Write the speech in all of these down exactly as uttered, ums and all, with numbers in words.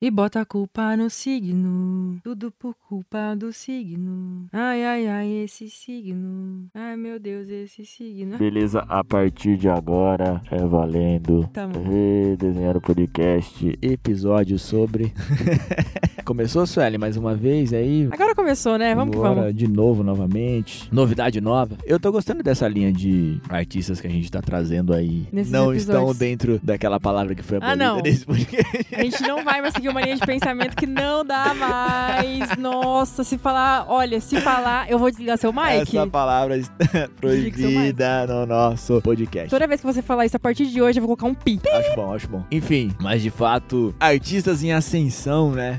E bota a culpa no signo, tudo por culpa do signo. Ai, ai, ai, esse signo. Ai, meu Deus, esse signo. Beleza, a partir de agora é valendo. Tá bom. Redesenhar o podcast, episódio sobre... Começou, Sueli, mais uma vez aí? Agora começou, né? Vamos Agora, que vamos. de novo, novamente. Novidade nova. Eu tô gostando dessa linha de artistas que a gente tá trazendo aí. Nesses não episódios. estão dentro daquela palavra que foi Ah, abolida não. nesse podcast. A gente não vai mais seguir uma linha de pensamento que não dá mais. Nossa, se falar... Olha, se falar, eu vou desligar seu mic. Essa palavra está proibida no nosso podcast. Toda vez que você falar isso, a partir de hoje, eu vou colocar um pi. Acho bom, acho bom. Enfim, mas de fato, artistas em ascensão, né?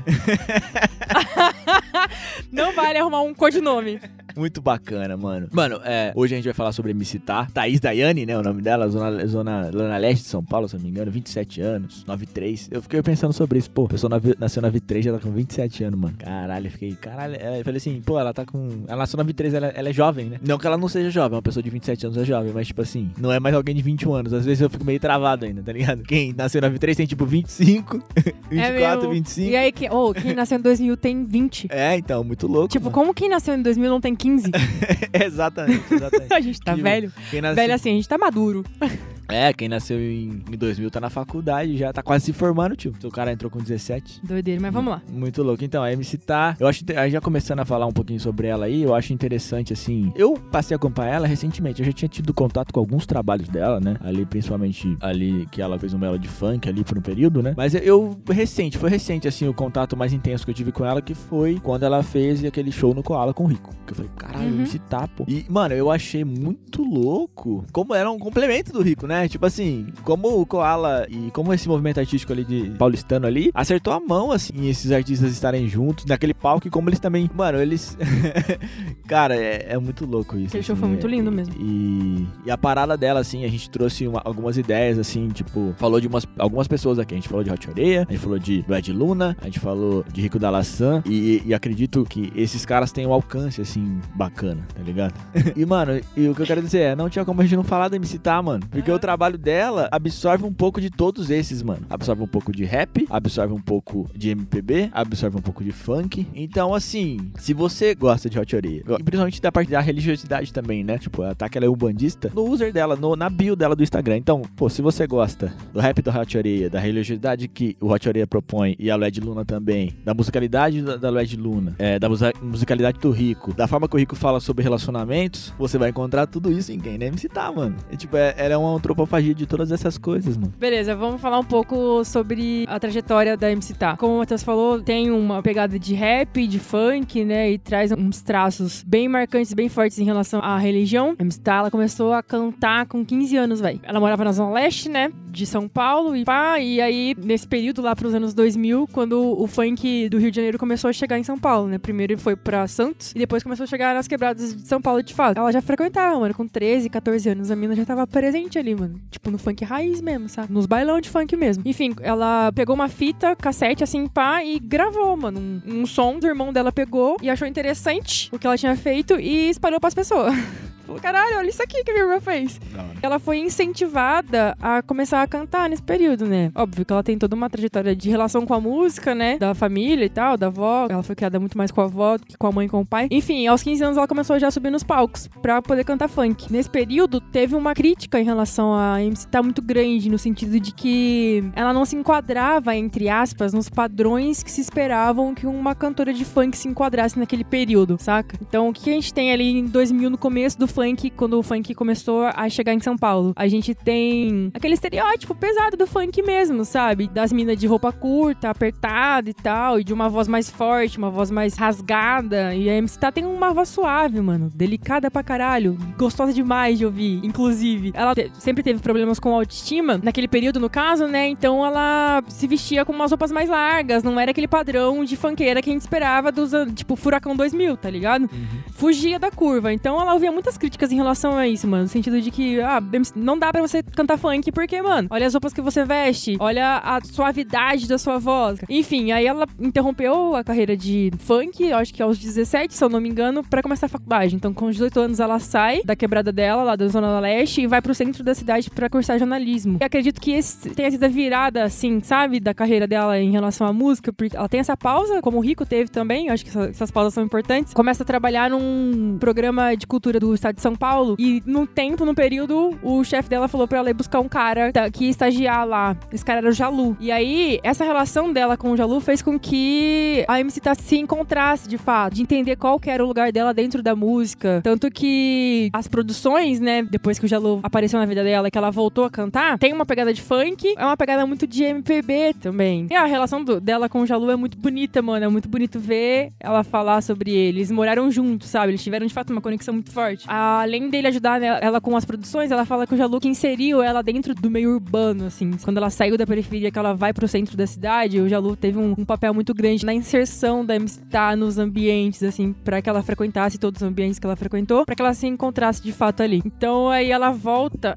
Não vale arrumar um codinome. Muito bacana, mano. Mano, é, hoje a gente vai falar sobre M C Tá. Thaís Daiane, né? O nome dela, zona, zona, zona leste de São Paulo, se não me engano, vinte e sete anos, nove três. Eu fiquei pensando sobre isso. Pô, a pessoa nasceu na nove três, já tá com vinte e sete anos, mano. Caralho, eu fiquei, caralho. Eu falei assim, pô, ela tá com... Ela nasceu na nove três, ela, ela é jovem, né? Não que ela não seja jovem, uma pessoa de vinte e sete anos é jovem, mas tipo assim, não é mais alguém de vinte e um anos. Às vezes eu fico meio travado ainda, tá ligado? Quem nasceu na nove três tem tipo vinte e cinco, vinte e quatro, É vinte e cinco. E aí, que, oh, quem nasceu em dois mil tem vinte. É, então, muito louco. Tipo, mano. como quem nasceu em dois mil não tem quinze? Exatamente, exatamente. A gente tá Tipo, velho. Quem nasceu... Velho assim, a gente tá maduro. É, quem nasceu em, em dois mil tá na faculdade, já tá quase se formando, tio. O cara entrou com dezessete. Doideira, mas vamos lá. Muito louco. Então, a M C Tá, eu acho, aí já começando a falar um pouquinho sobre ela aí, eu acho interessante, assim, eu passei a acompanhar ela recentemente, eu já tinha tido contato com alguns trabalhos dela, né, ali, principalmente ali, que ela fez um melody funk ali por um período, né, mas eu, recente, foi recente, assim, o contato mais intenso que eu tive com ela, que foi quando ela fez aquele show no Koala com o Rico, que eu falei, caralho, Uhum. M C Tá, pô. E, mano, eu achei muito louco como era um complemento do Rico, né, tipo assim, como o Koala e como esse movimento artístico ali de paulistano ali, acertou a mão, assim, esses artistas estarem juntos naquele palco e como eles também, mano, eles... Cara, é, é muito louco isso. Aquele assim, show foi muito é, lindo mesmo. E, e a parada dela, assim, a gente trouxe uma, algumas ideias, assim, tipo, falou de umas, algumas pessoas aqui, a gente falou de Hot Oreia, a gente falou de Ed Luna, a gente falou de Rico da Laçã, e, e acredito que esses caras têm um alcance, assim, bacana, tá ligado? E, mano, e o que eu quero dizer é, não tinha como a gente não falar da M C Tá, mano, porque o trabalho dela absorve um pouco de todos esses, mano. Absorve um pouco de rap, absorve um pouco de M P B, absorve um pouco de funk. Então, assim, se você gosta de Hot Oreia, e principalmente da parte da religiosidade também, né? Tipo, ela tá que ela é umbandista, no user dela, no, na bio dela do Instagram. Então, pô, se você gosta do rap do Hot Oreia, da religiosidade que o Hot Oreia propõe e a Lued Luna também, da musicalidade da, da Lued Luna, é, da musa- musicalidade do Rico, da forma que o Rico fala sobre relacionamentos, você vai encontrar tudo isso em quem? Na M C Tá, mano. E, tipo, é, ela é uma antropofagia de todas essas coisas, mano. Beleza, vamos falar um pouco sobre a trajetória da M C Tá. Como o Matheus falou, tem uma pegada de rap, de funk, né? E traz uns traços bem marcantes, bem fortes em relação à religião. A M C Tá, ela começou a cantar com quinze anos, velho. Ela morava na Zona Leste, né? De São Paulo e pá. E aí, nesse período lá pros anos dois mil, quando o funk do Rio de Janeiro começou a chegar em São Paulo, né? Primeiro ele foi pra Santos e depois começou a chegar nas quebradas de São Paulo de fato. Ela já frequentava, mano, com treze, catorze anos. A mina já tava presente ali, mano. Tipo, no funk raiz mesmo, sabe? Nos bailão de funk mesmo. Enfim, ela pegou uma fita, cassete, assim, pá, e gravou, mano, um, um som. O irmão dela pegou e achou interessante o que ela tinha feito e espalhou pras pessoas. Falou, caralho, olha isso aqui que a minha irmã fez. Ela foi incentivada a começar a cantar nesse período, né? Óbvio que ela tem toda uma trajetória de relação com a música, né? Da família e tal, da avó. Ela foi criada muito mais com a avó do que com a mãe e com o pai. Enfim, aos quinze anos ela começou já a subir nos palcos pra poder cantar funk. Nesse período, teve uma crítica em relação a M C Tá muito grande, no sentido de que ela não se enquadrava, entre aspas, nos padrões que se esperavam que uma cantora de funk se enquadrasse naquele período, saca? Então, o que a gente tem ali em dois mil, no começo do funk, quando o funk começou a chegar em São Paulo? A gente tem aquele estereótipo pesado do funk mesmo, sabe? Das minas de roupa curta, apertada e tal, e de uma voz mais forte, uma voz mais rasgada. E a M C Tá tem uma voz suave, mano, delicada pra caralho, gostosa demais de ouvir, inclusive. Ela te- sempre teve problemas com autoestima, naquele período, no caso, né? Então ela se vestia com umas roupas mais largas, não era aquele padrão de funkeira que a gente esperava dos, an- tipo, Furacão dois mil, tá ligado? Uhum. Fugia da curva. Então ela ouvia muitas críticas críticas em relação a isso, mano. No sentido de que, ah, não dá pra você cantar funk porque, mano, olha as roupas que você veste, olha a suavidade da sua voz. Enfim, aí ela interrompeu a carreira de funk, eu acho que aos dezessete, se eu não me engano, pra começar a faculdade. Então, com os dezoito anos, ela sai da quebrada dela, lá da Zona Leste, e vai pro centro da cidade pra cursar jornalismo. E acredito que esse tenha sido a virada, assim, sabe, da carreira dela em relação à música, porque ela tem essa pausa, como o Rico teve também, eu acho que essa, essas pausas são importantes. Começa a trabalhar num programa de cultura do estado de São Paulo, e num tempo, num período, o chefe dela falou pra ela ir buscar um cara que ia estagiar lá. Esse cara era o Jalu. E aí, essa relação dela com o Jalu fez com que a MCT se encontrasse, de fato, de entender qual que era o lugar dela dentro da música. Tanto que as produções, né, depois que o Jalu apareceu na vida dela, que ela voltou a cantar, tem uma pegada de funk, é uma pegada muito de M P B também. E a relação do, dela com o Jalu é muito bonita, mano. É muito bonito ver ela falar sobre ele. Eles moraram juntos, sabe? Eles tiveram, de fato, uma conexão muito forte. Além dele ajudar ela com as produções, ela fala que o Jalu que inseriu ela dentro do meio urbano, assim. Quando ela saiu da periferia, que ela vai pro centro da cidade, o Jalu teve um, um papel muito grande na inserção da M C T nos ambientes, assim, pra que ela frequentasse todos os ambientes que ela frequentou, pra que ela se encontrasse de fato ali. Então, aí ela volta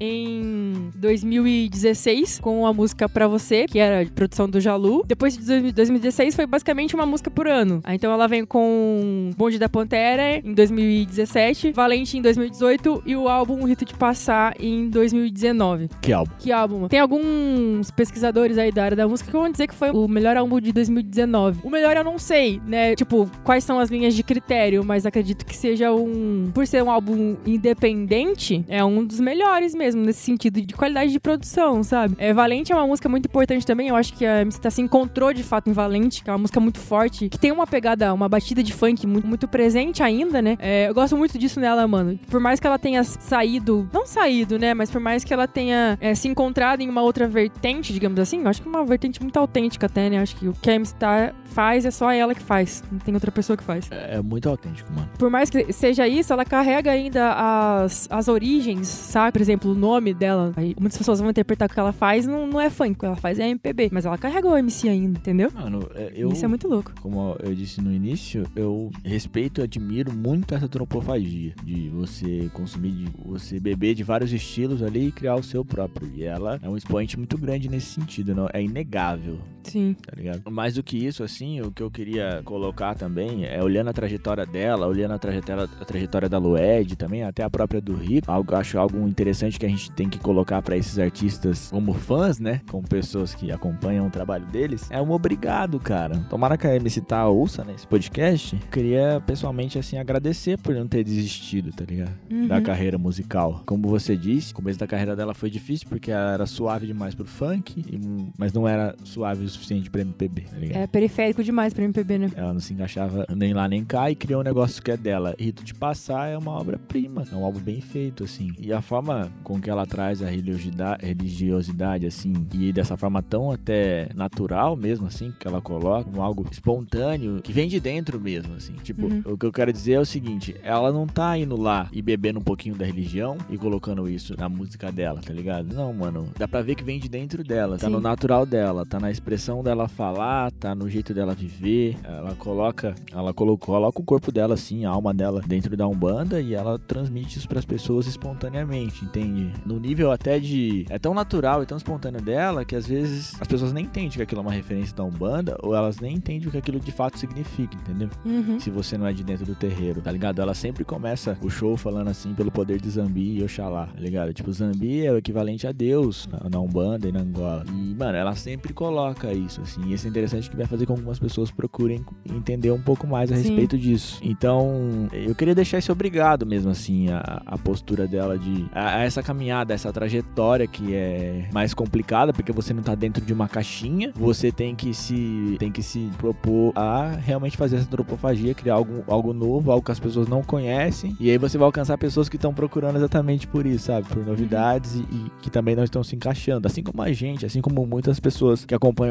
em dois mil e dezesseis com a música Pra Você, que era de produção do Jalu. Depois de dois mil e dezesseis, foi basicamente uma música por ano. Aí, então, ela vem com Bonde da Pantera em dois mil e dezessete, Valente em dois mil e dezoito e o álbum O Rito de Passar em dois mil e dezenove. Que álbum? Que álbum? Tem alguns pesquisadores aí da área da música que vão dizer que foi o melhor álbum de dois mil e dezenove. O melhor eu não sei, né? Tipo, quais são as linhas de critério, mas acredito que seja um... Por ser um álbum independente, é um dos melhores mesmo, nesse sentido de qualidade de produção, sabe? É, Valente é uma música muito importante também. Eu acho que a M C T se encontrou de fato em Valente, que é uma música muito forte, que tem uma pegada, uma batida de funk muito, muito presente ainda, né? É, eu gosto muito disso nela, mano. Por mais que ela tenha saído, não saído, né? Mas por mais que ela tenha é, se encontrado em uma outra vertente, digamos assim, eu acho que é uma vertente muito autêntica até, né? Eu acho que o que a M C T faz é só ela que faz. Não tem outra pessoa que faz. É, é muito autêntico, mano. Por mais que seja isso, ela carrega ainda as, as origens, sabe? Por exemplo, o nome dela. Aí, muitas pessoas vão interpretar que o que ela faz não, não é funk, o que ela faz é M P B. Mas ela carrega o M C ainda, entendeu? Mano, eu... Isso é muito louco. Como eu disse no início, eu respeito e admiro muito essa antropofagia. De você consumir, de você beber de vários estilos ali e criar o seu próprio. E ela é um expoente muito grande nesse sentido, não? É inegável. Sim. Tá ligado? Mais do que isso, assim, o que eu queria colocar também é olhando a trajetória dela, olhando a trajetória, a trajetória da Lued também, até a própria do Rico. Algo, acho algo interessante que a gente tem que colocar pra esses artistas como fãs, né? Como pessoas que acompanham o trabalho deles. É um obrigado, cara. Tomara que a M C T ouça, né, esse podcast. Eu queria, pessoalmente, assim, agradecer por não ter desistido, tá ligado? Uhum. Da carreira musical. Como você disse, o começo da carreira dela foi difícil porque ela era suave demais pro funk, e, mas não era suave o suficiente pra M P B, tá ligado? É periférico demais pra M P B, né? Ela não se encaixava nem lá nem cá e criou um negócio que é dela. Rito de Passar é uma obra-prima, é um álbum bem feito, assim. E a forma com que ela traz a religiosidade, religiosidade, assim, e dessa forma tão até natural mesmo, assim, que ela coloca, um algo espontâneo, que vem de dentro mesmo, assim. Tipo, uhum. O que eu quero dizer é o seguinte, ela não tá indo lá e bebendo um pouquinho da religião e colocando isso na música dela, tá ligado? Não, mano, dá pra ver que vem de dentro dela, tá Sim. no natural dela, tá na expressão dela falar, tá no jeito dela viver, ela coloca, ela colocou, coloca o corpo dela assim, a alma dela dentro da Umbanda e ela transmite isso pras pessoas espontaneamente, entende? No nível até de, é tão natural e tão espontâneo dela que às vezes as pessoas nem entendem que aquilo é uma referência da Umbanda ou elas nem entendem o que aquilo de fato significa, entendeu? Uhum. Se você não é de dentro do terreiro, tá ligado? Ela sempre começa o show falando assim pelo poder de Zambi e Oxalá, tá ligado? Tipo, Zambi é o equivalente a Deus na, na Umbanda e na Angola. E, mano, ela sempre coloca isso, assim. E isso é interessante que vai fazer com que algumas pessoas procurem entender um pouco mais a Sim. respeito disso. Então, eu queria deixar esse obrigado mesmo, assim, a, a postura dela de... A, a essa caminhada, essa trajetória que é mais complicada, porque você não tá dentro de uma caixinha, você tem que se, tem que se propor a realmente fazer essa antropofagia, criar algo, algo novo, algo que as pessoas não conhecem, e aí você vai alcançar pessoas que estão procurando exatamente por isso, sabe? Por novidades e, e que também não estão se encaixando, assim como a gente, assim como muitas pessoas que acompanham o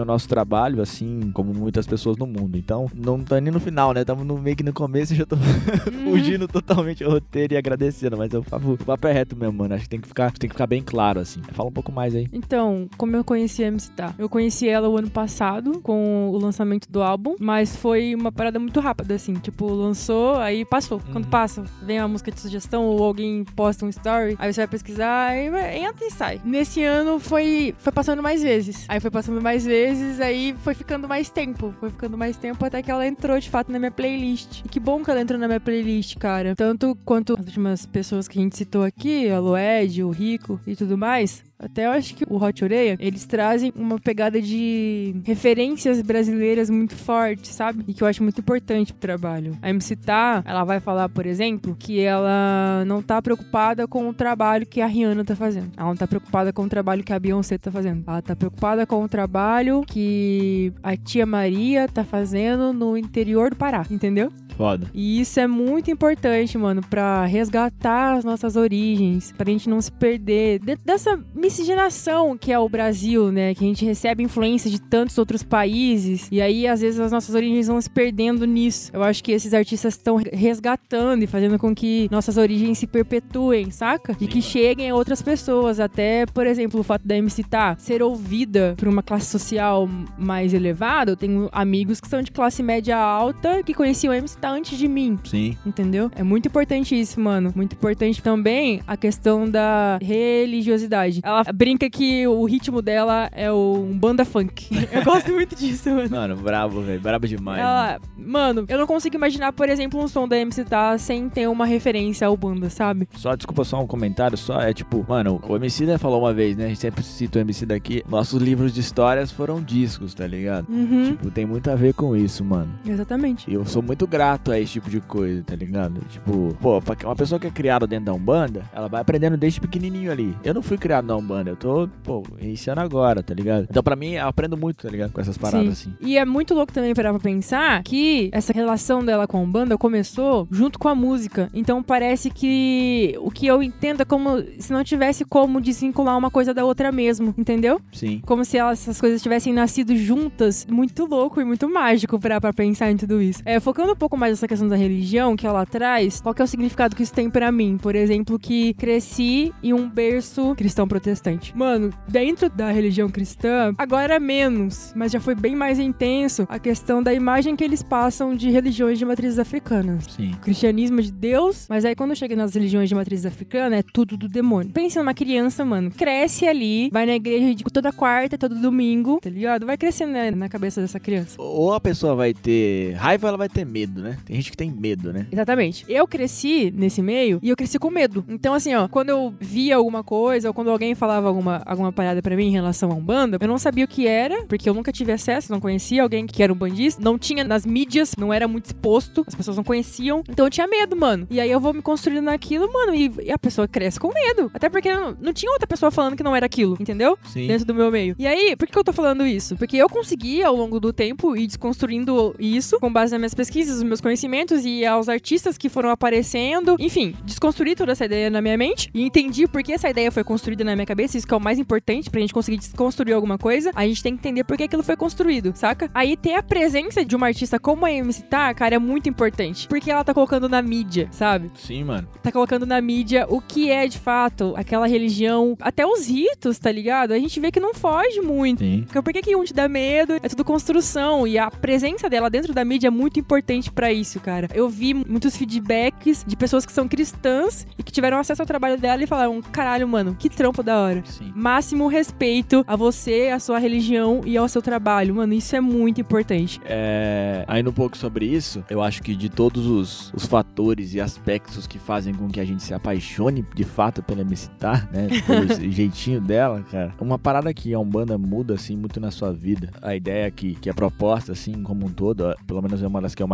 nosso trabalho, assim como muitas pessoas no mundo. Então, não tá nem no final, né? Estamos no, meio que no começo e já tô fugindo totalmente ao roteiro e agradecendo. Mas eu falo, o papo é reto mesmo, mano. Acho que tem que ficar, tem que ficar bem claro, assim. Fala um pouco mais aí. Então, como eu conheci a M C Tá? Eu conheci ela o ano passado, com o lançamento do álbum, mas foi uma parada muito rápida, assim. Tipo, lançou, aí passou. Uhum. Quando passa, vem uma música de sugestão ou alguém posta um story, aí você vai pesquisar, aí vai, entra e sai. Nesse ano foi, foi passando mais vezes. Aí foi passando mais vezes, aí foi ficando mais tempo. Foi ficando mais tempo até que ela entrou, de fato, na minha playlist. E que bom que ela entrou na minha playlist, cara. Tanto quanto as últimas pessoas que a gente citou aqui, a Loed, o Rico e tudo mais. Até eu acho que o Hot Oreia, eles trazem uma pegada de referências brasileiras muito forte, sabe? E que eu acho muito importante pro trabalho. A M C Tá, ela vai falar, por exemplo, que ela não tá preocupada com o trabalho que a Rihanna tá fazendo. Ela não tá preocupada com o trabalho que a Beyoncé tá fazendo. Ela tá preocupada com o trabalho que a tia Maria tá fazendo no interior do Pará, entendeu? Foda. E isso é muito importante, mano, pra resgatar as nossas origens, pra gente não se perder dentro dessa miscigenação que é o Brasil, né? Que a gente recebe influência de tantos outros países e aí, às vezes, as nossas origens vão se perdendo nisso. Eu acho que esses artistas estão resgatando e fazendo com que nossas origens se perpetuem, saca? E que cheguem a outras pessoas. Até, por exemplo, o fato da M C Tá ser ouvida por uma classe social mais elevada. Eu tenho amigos que são de classe média alta que conheciam a M C Tá antes de mim. Sim. Entendeu? É muito importante isso, mano. Muito importante também a questão da religiosidade. Ela brinca que o ritmo dela é o um banda funk. Eu gosto muito disso, mano. Mano, brabo, velho. Brabo demais. Ela, mano, eu não consigo imaginar, por exemplo, um som da M C Tá sem ter uma referência ao banda, sabe? Só, desculpa, só um comentário, só é tipo, mano, o Emicida falou uma vez, né? A gente sempre cita o Emicida aqui. Nossos livros de histórias foram discos, tá ligado? Uhum. Tipo, tem muito a ver com isso, mano. Exatamente. E eu sou muito grato a esse tipo de coisa, tá ligado? Tipo, pô, uma pessoa que é criada dentro da Umbanda, ela vai aprendendo desde pequenininho ali. Eu não fui criado na Umbanda, eu tô, pô, iniciando agora, tá ligado? Então, pra mim, eu aprendo muito, tá ligado? Com essas paradas, Sim. assim. E é muito louco também parar pra pensar que essa relação dela com a Umbanda começou junto com a música. Então, parece que o que eu entendo é como se não tivesse como desvincular uma coisa da outra mesmo, entendeu? Sim. Como se elas, essas coisas tivessem nascido juntas. Muito louco e muito mágico parar pra pensar em tudo isso. É, focando um pouco mais nessa questão da religião que ela traz, qual que é o significado que isso tem pra mim? Por exemplo, que cresci em um berço cristão protestante. Mano, dentro da religião cristã, agora é menos, mas já foi bem mais intenso a questão da imagem que eles passam de religiões de matrizes africanas. Sim. O cristianismo de Deus, mas aí quando chega nas religiões de matrizes africanas, é tudo do demônio. Pensa numa criança, mano, cresce ali, vai na igreja de toda quarta, todo domingo, tá ligado? Vai crescendo, né, na cabeça dessa criança. Ou a pessoa vai ter raiva, ou ela vai ter medo, né? Tem gente que tem medo, né? Exatamente. Eu cresci nesse meio e eu cresci com medo. Então, assim, ó, quando eu via alguma coisa ou quando alguém falava alguma, alguma parada pra mim em relação a Umbanda, eu não sabia o que era, porque eu nunca tive acesso, não conhecia alguém que era umbandista, não tinha nas mídias, não era muito exposto, as pessoas não conheciam, então eu tinha medo, mano. E aí eu vou me construindo naquilo, mano, e, e a pessoa cresce com medo. Até porque não, não tinha outra pessoa falando que não era aquilo, entendeu? Sim. Dentro do meu meio. E aí, por que eu tô falando isso? Porque eu consegui, ao longo do tempo, ir desconstruindo isso, com base nas minhas pesquisas, nos meus conhecimentos e aos artistas que foram aparecendo. Enfim, desconstruir toda essa ideia na minha mente e entendi por que essa ideia foi construída na minha cabeça. Isso que é o mais importante pra gente conseguir desconstruir alguma coisa. A gente tem que entender por que aquilo foi construído, saca? Aí ter a presença de uma artista como a M C Tá, cara, é muito importante. Porque ela tá colocando na mídia, sabe? Sim, mano. Tá colocando na mídia o que é, de fato, aquela religião, até os ritos, tá ligado? A gente vê que não foge muito. Sim. Por que que um te dá medo? É tudo construção. E a presença dela dentro da mídia é muito importante pra isso, cara. Eu vi muitos feedbacks de pessoas que são cristãs e que tiveram acesso ao trabalho dela e falaram, caralho, mano, que trampo da hora. Sim. Máximo respeito a você, a sua religião e ao seu trabalho. Mano, isso é muito importante. É... Ainda um pouco sobre isso, eu acho que de todos os, os fatores e aspectos que fazem com que a gente se apaixone de fato pela M C Tá, né? Pelo jeitinho dela, cara. Uma parada que a Umbanda muda, assim, muito na sua vida. A ideia que, que é proposta, assim, como um todo, ó, pelo menos é uma das que eu mais absorvi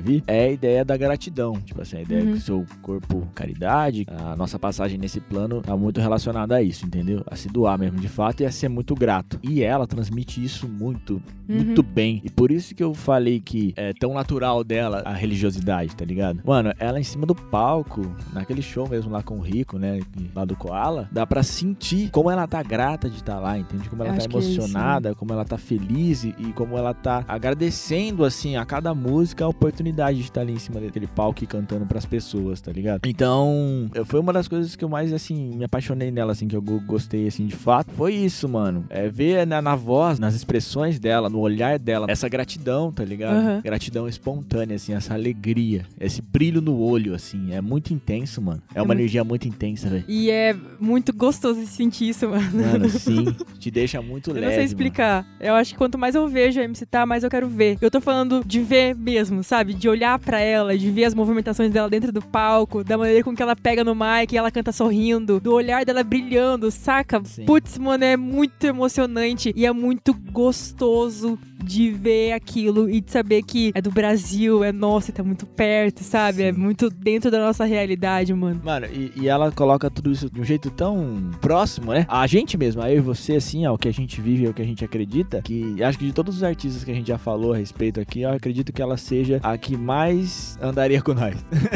vi, é a ideia da gratidão. Tipo assim, a ideia Uhum. que o seu corpo, caridade, a nossa passagem nesse plano tá muito relacionada a isso, entendeu? A se doar mesmo, de fato, e a ser muito grato. E ela transmite isso muito, Uhum. muito bem. E por isso que eu falei que é tão natural dela a religiosidade, tá ligado? Mano, ela em cima do palco, naquele show mesmo lá com o Rico, né, lá do Koala, dá pra sentir como ela tá grata de estar lá, entende? Como ela Eu tá acho que é isso, emocionada, como ela tá feliz e, e como ela tá agradecendo, assim, a cada música a oportunidade de estar ali em cima daquele palco e cantando pras pessoas, tá ligado? Então, eu- foi uma das coisas que eu mais, assim, me apaixonei nela, assim, que eu go- gostei, assim, de fato. Foi isso, mano. É ver na, na voz, nas expressões dela, no olhar dela, essa gratidão, tá ligado? Uhum. Gratidão espontânea, assim, essa alegria, esse brilho no olho, assim, é muito intenso, mano. É É uma muito- energia muito intensa, velho. E é muito gostoso de sentir isso, mano. Mano, sim, te deixa muito Eu leve, não sei explicar. Eu acho que quanto mais eu vejo a M C Tá, mais eu quero ver. Eu tô falando de ver mesmo, sabe? De olhar pra ela, de ver as movimentações dela dentro do palco, da maneira com que ela pega no mic e ela canta sorrindo, do olhar dela brilhando, saca? Sim. Putz, mano, é muito emocionante e é muito gostoso de ver aquilo e de saber que é do Brasil, é nosso e tá muito perto, sabe? Sim. É muito dentro da nossa realidade, mano. Mano, e, e ela coloca tudo isso de um jeito tão próximo, né? A gente mesmo, a eu e você, assim, ó, o que a gente vive, o que a gente acredita, que acho que de todos os artistas que a gente já falou a respeito aqui, eu acredito que ela seja a que mais andaria com nós.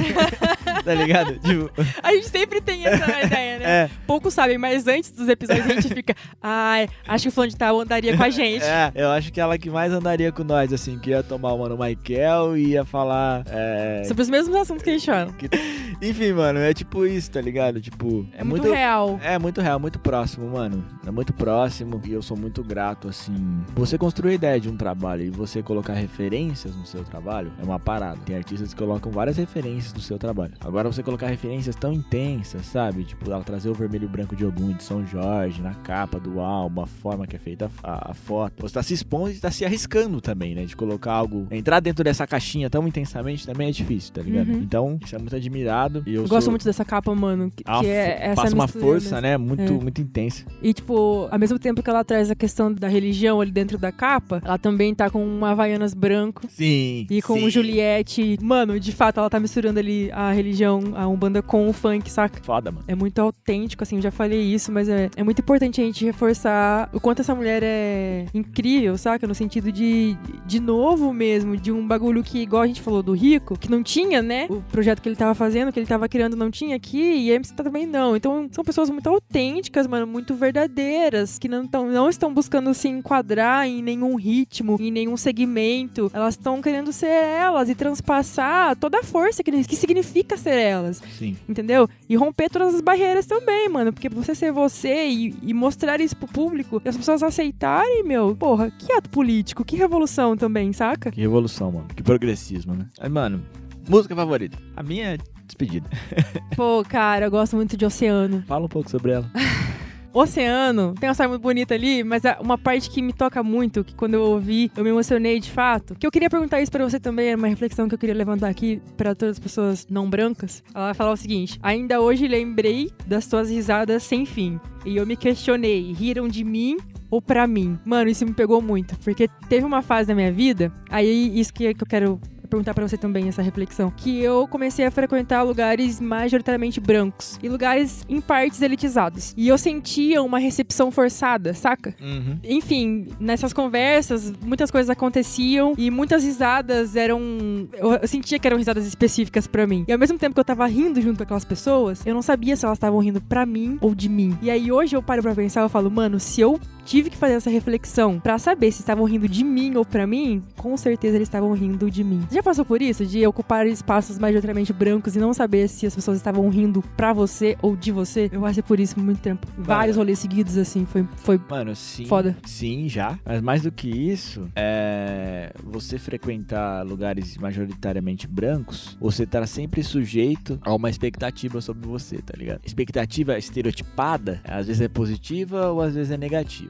Tá ligado? Tipo, A gente sempre tem essa ideia, né? é, Poucos sabem, mas antes dos episódios a gente fica, ai, acho que o fulano de tal andaria com a gente. é, eu acho que ela que mais andaria com nós, assim, que ia tomar uma no Michael e ia falar. É, Sobre os mesmos assuntos que a gente fala. que- Enfim, mano, é tipo isso, tá ligado? Tipo, É muito real. É muito real, muito próximo, mano. É muito próximo e eu sou muito grato, assim. Você construir a ideia de um trabalho e você colocar referências no seu trabalho é uma parada. Tem artistas que colocam várias referências no seu trabalho. Agora você colocar referências tão intensas, sabe? Tipo, ela trazer o vermelho e branco de Ogum de São Jorge na capa do álbum, a forma que é feita a, a foto. Você tá se expondo e tá se arriscando também, né? De colocar algo... Entrar dentro dessa caixinha tão intensamente também é difícil, tá ligado? Uhum. Então, isso é muito admirado. E eu, Eu gosto sou... muito dessa capa, mano, que, Ah, que é essa passa uma mistura força, mesmo. né? Muito, É. muito intensa. E, tipo, ao mesmo tempo que ela traz a questão da religião ali dentro da capa, ela também tá com um Havaianas branco Sim. e com sim. o Juliette. Mano, de fato, ela tá misturando ali a religião, a Umbanda com o funk, saca? Foda, mano. É muito autêntico, assim, eu já falei isso, mas é, é muito importante a gente reforçar o quanto essa mulher é incrível, saca? No sentido de, de novo mesmo, de um bagulho que, igual a gente falou do Rico, que não tinha, né? O projeto que ele tava fazendo, que ele tava criando, não tinha aqui, e a M C Tá também não. Então, são pessoas muito autênticas, mano, muito verdadeiras, que não, tão, não estão buscando se enquadrar em nenhum ritmo, em nenhum segmento. Elas estão querendo ser elas e transpassar toda a força que, que significa ser elas. Sim. Entendeu? E romper todas as barreiras também, mano. Porque você ser você e, e mostrar isso pro público e as pessoas aceitarem, meu, porra, que ato político, que revolução também, saca? Que revolução, mano. Que progressismo, né? Aí, mano, música favorita. A minha é Despedida. Pô, cara, eu gosto muito de Oceano. Fala um pouco sobre ela. Oceano, tem uma história muito bonita ali, mas é uma parte que me toca muito, que quando eu ouvi, eu me emocionei de fato. Que eu queria perguntar isso pra você também, era uma reflexão que eu queria levantar aqui pra todas as pessoas não brancas. Ela vai falar o seguinte: ainda hoje lembrei das tuas risadas sem fim, e eu me questionei, riram de mim ou pra mim? Mano, isso me pegou muito, porque teve uma fase da minha vida, aí isso que, que eu quero perguntar pra você também, essa reflexão, que eu comecei a frequentar lugares majoritariamente brancos e lugares em partes elitizados. E eu sentia uma recepção forçada, saca? Uhum. Enfim, nessas conversas, muitas coisas aconteciam e muitas risadas eram... Eu sentia que eram risadas específicas pra mim. E ao mesmo tempo que eu tava rindo junto com aquelas pessoas, eu não sabia se elas estavam rindo pra mim ou de mim. E aí hoje eu paro pra pensar, eu falo, mano, se eu tive que fazer essa reflexão pra saber se estavam rindo de mim ou pra mim, com certeza eles estavam rindo de mim. Você já passou por isso? De ocupar espaços majoritariamente brancos e não saber se as pessoas estavam rindo pra você ou de você? Eu passei por isso por muito tempo. Vários rolês seguidos, assim, foi, foi Mano, sim. foda. Sim, já. Mas mais do que isso, é você frequentar lugares majoritariamente brancos, você tá sempre sujeito a uma expectativa sobre você, tá ligado? Expectativa estereotipada, às vezes é positiva ou às vezes é negativa.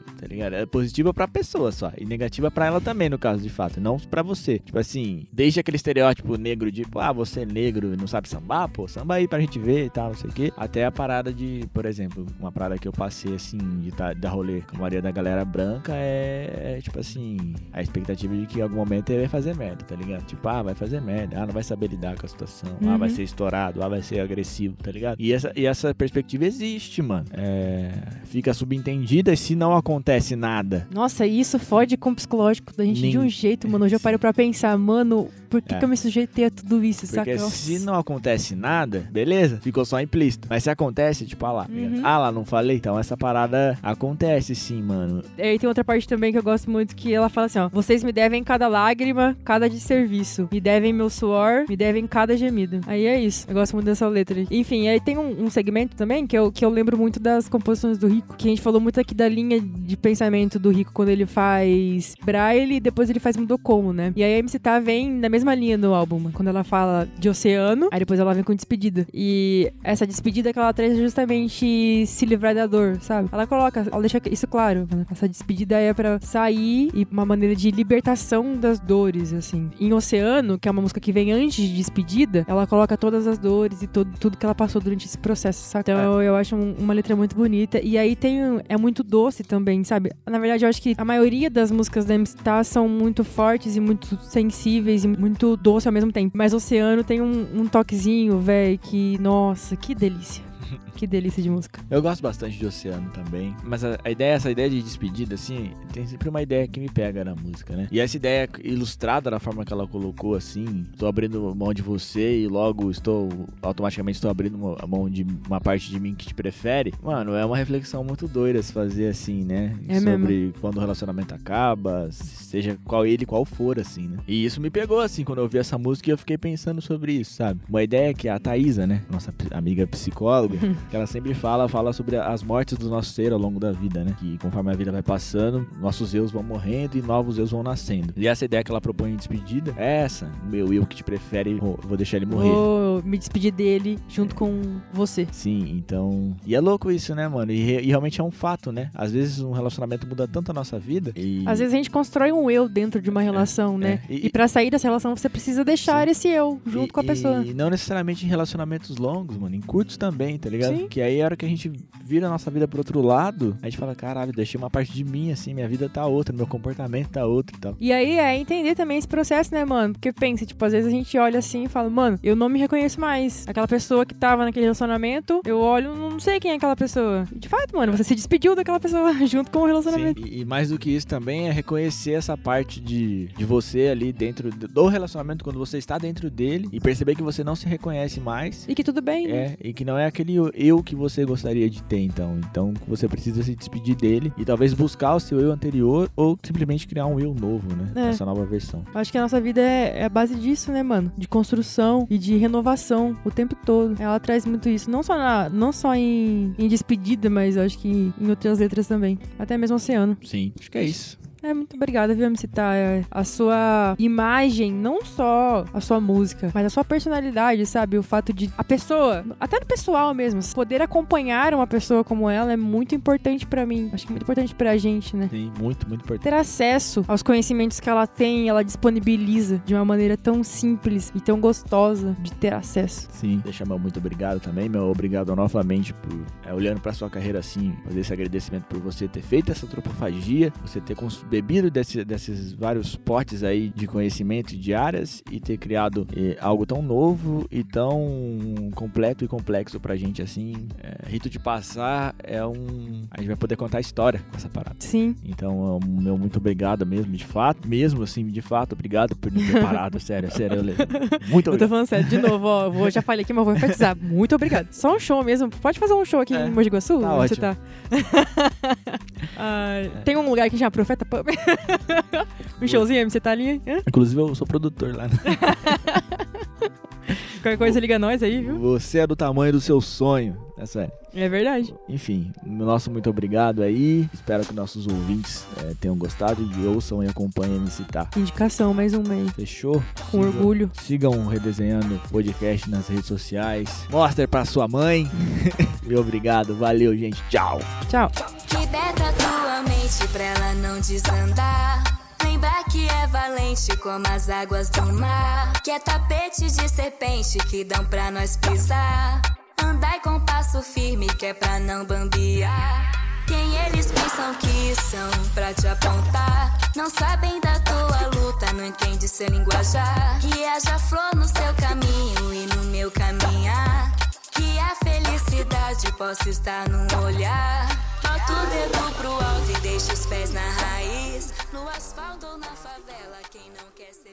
tá ligado? É positiva pra pessoa só, e negativa pra ela também, no caso, de fato, não pra você. Tipo assim, desde aquele estereótipo negro de, pô, ah, você é negro e não sabe sambar, pô, samba aí pra gente ver e tal, não sei o quê, até a parada de, por exemplo, uma parada que eu passei, assim, de tá, dar rolê com a maioria da galera branca é, é, tipo assim, a expectativa de que em algum momento ele vai fazer merda, tá ligado? Tipo, ah, vai fazer merda, ah, não vai saber lidar com a situação, uhum. ah, vai ser estourado, ah, vai ser agressivo, tá ligado? E essa, e essa perspectiva existe, mano. É, fica subentendida e se não acontece nada. Nossa, isso fode com o psicológico da gente Nem... de um jeito, mano. Hoje eu parei pra pensar, mano, por que, é. que eu me sujeitei a tudo isso, saca? Porque se não acontece nada, beleza, ficou só implícito. Mas se acontece, tipo, ah lá, uhum. ah lá, não falei? Então essa parada acontece sim, mano. E aí tem outra parte também que eu gosto muito, que ela fala assim, ó, vocês me devem cada lágrima, cada desserviço. Me devem meu suor, me devem cada gemido. Aí é isso. Eu gosto muito dessa letra. Enfim, aí tem um, um segmento também que eu, que eu lembro muito das composições do Rico, que a gente falou muito aqui da linha de pensamento do Rico quando ele faz Braille e depois ele faz Mudokomo, né? E aí a M C Tá vem na mesma linha no álbum, quando ela fala de oceano, aí depois ela vem com despedida. E essa despedida que ela traz é justamente se livrar da dor, sabe? Ela coloca, ela deixa isso claro, né? Essa despedida é pra sair e uma maneira de libertação das dores, assim. Em Oceano, que é uma música que vem antes de despedida, ela coloca todas as dores e todo, tudo que ela passou durante esse processo, sabe? Então eu, eu acho um, uma letra muito bonita. E aí tem, é muito doce também, sabe? Na verdade, eu acho que a maioria das músicas da M C Tá são muito fortes e muito sensíveis e muito doce ao mesmo tempo. Mas Oceano tem um, um toquezinho, velho, que, nossa, que delícia. Que delícia de música. Eu gosto bastante de Oceano também. Mas a, a ideia, essa ideia de despedida, assim, tem sempre uma ideia que me pega na música, né? E essa ideia ilustrada da forma que ela colocou, assim, tô abrindo mão de você e logo estou, automaticamente estou abrindo uma, a mão de uma parte de mim que te prefere. Mano, é uma reflexão muito doida se fazer assim, né? É sobre mesmo. Quando o relacionamento acaba, seja qual ele, qual for, assim, né? E isso me pegou, assim, quando eu ouvi essa música e eu fiquei pensando sobre isso, sabe? Uma ideia que a Thaísa, né? Nossa amiga psicóloga, que ela sempre fala, fala sobre as mortes do nosso ser ao longo da vida, né? Que conforme a vida vai passando, nossos eus vão morrendo e novos eus vão nascendo. E essa ideia que ela propõe em despedida é essa. O meu eu que te prefere, vou deixar ele morrer. Vou me despedir dele junto com você. Sim, então... E é louco isso, né, mano? E, e realmente é um fato, né? Às vezes um relacionamento muda tanto a nossa vida e... Às vezes a gente constrói um eu dentro de uma relação, é, né? É. E, e pra sair dessa relação você precisa deixar sim. esse eu junto e, com a pessoa. E não necessariamente em relacionamentos longos, mano. Em curtos também, tá ligado? Sim. Que aí a hora que a gente vira a nossa vida pro outro lado, a gente fala, caralho, deixei uma parte de mim, assim, minha vida tá outra, meu comportamento tá outro e tal. E aí é entender também esse processo, né, mano? Porque pensa, tipo, às vezes a gente olha assim e fala, mano, eu não me reconheço mais. Aquela pessoa que tava naquele relacionamento, eu olho, não sei quem é aquela pessoa. De fato, mano, você se despediu daquela pessoa junto com o relacionamento. Sim, e, e mais do que isso também é reconhecer essa parte de, de você ali dentro do relacionamento, quando você está dentro dele e perceber que você não se reconhece mais. E que tudo bem. É, e que não é aquele eu que você gostaria de ter, então. Então você precisa se despedir dele e talvez buscar o seu eu anterior ou simplesmente criar um eu novo, né? É. Essa nova versão. Acho que a nossa vida é, é a base disso, né, mano? De construção e de renovação o tempo todo. Ela traz muito isso. Não só, na, não só em, em despedida, mas eu acho que em outras letras também. Até mesmo Oceano. Sim, acho que é isso. É, muito obrigada, viu, M C Tá? A sua imagem, não só a sua música, mas a sua personalidade, sabe? O fato de a pessoa, até no pessoal mesmo, poder acompanhar uma pessoa como ela é muito importante pra mim. Acho que é muito importante pra gente, né? Sim, muito, muito importante. Ter acesso aos conhecimentos que ela tem, ela disponibiliza de uma maneira tão simples e tão gostosa de ter acesso. Sim, deixa meu muito obrigado também, meu obrigado novamente por, é, olhando pra sua carreira assim, fazer esse agradecimento por você ter feito essa antropofagia, você ter construído bebido desse, desses vários potes aí de conhecimento de áreas e ter criado eh, algo tão novo e tão completo e complexo pra gente assim. É, Rito de Passar é um... A gente vai poder contar a história com essa parada. Sim. Então, é um meu muito obrigado mesmo, de fato. Mesmo assim, de fato, obrigado por me ter parado. Sério, sério. Eu, muito obrigado. Eu tô falando sério. De novo, ó. Vou, já falei aqui, mas vou enfatizar. Muito obrigado. Só um show mesmo. Pode fazer um show aqui é. em Mogi Guaçu? Tá onde ótimo. você tá? ah, é. Tem um lugar que já Profeta Pub. Um showzinho, M C Tá ali. Hã? Inclusive, eu sou produtor lá. Né? Qualquer coisa liga nós aí, viu? Você é do tamanho do seu sonho. É sério. É verdade. Enfim, nosso muito obrigado aí. Espero que nossos ouvintes é, tenham gostado e ouçam e acompanhem a M C Tá. Indicação, mais um mês. Fechou? Com Siga, orgulho. Sigam Redesenhando podcast nas redes sociais. Mostre pra sua mãe. Meu obrigado. Valeu, gente. Tchau. Tchau. Liberta tua mente pra ela não desandar. Lembrar que é valente como as águas do mar, que é tapete de serpente que dão pra nós pisar. Andai com passo firme que é pra não bambear. Quem eles pensam que são pra te apontar, não sabem da tua luta, não entende seu linguajar. Que haja flor no seu caminho e no meu caminhar, que a felicidade possa estar no olhar. Bota o dedo pro alto e deixa os pés na raiz, no asfalto ou na favela, quem não quer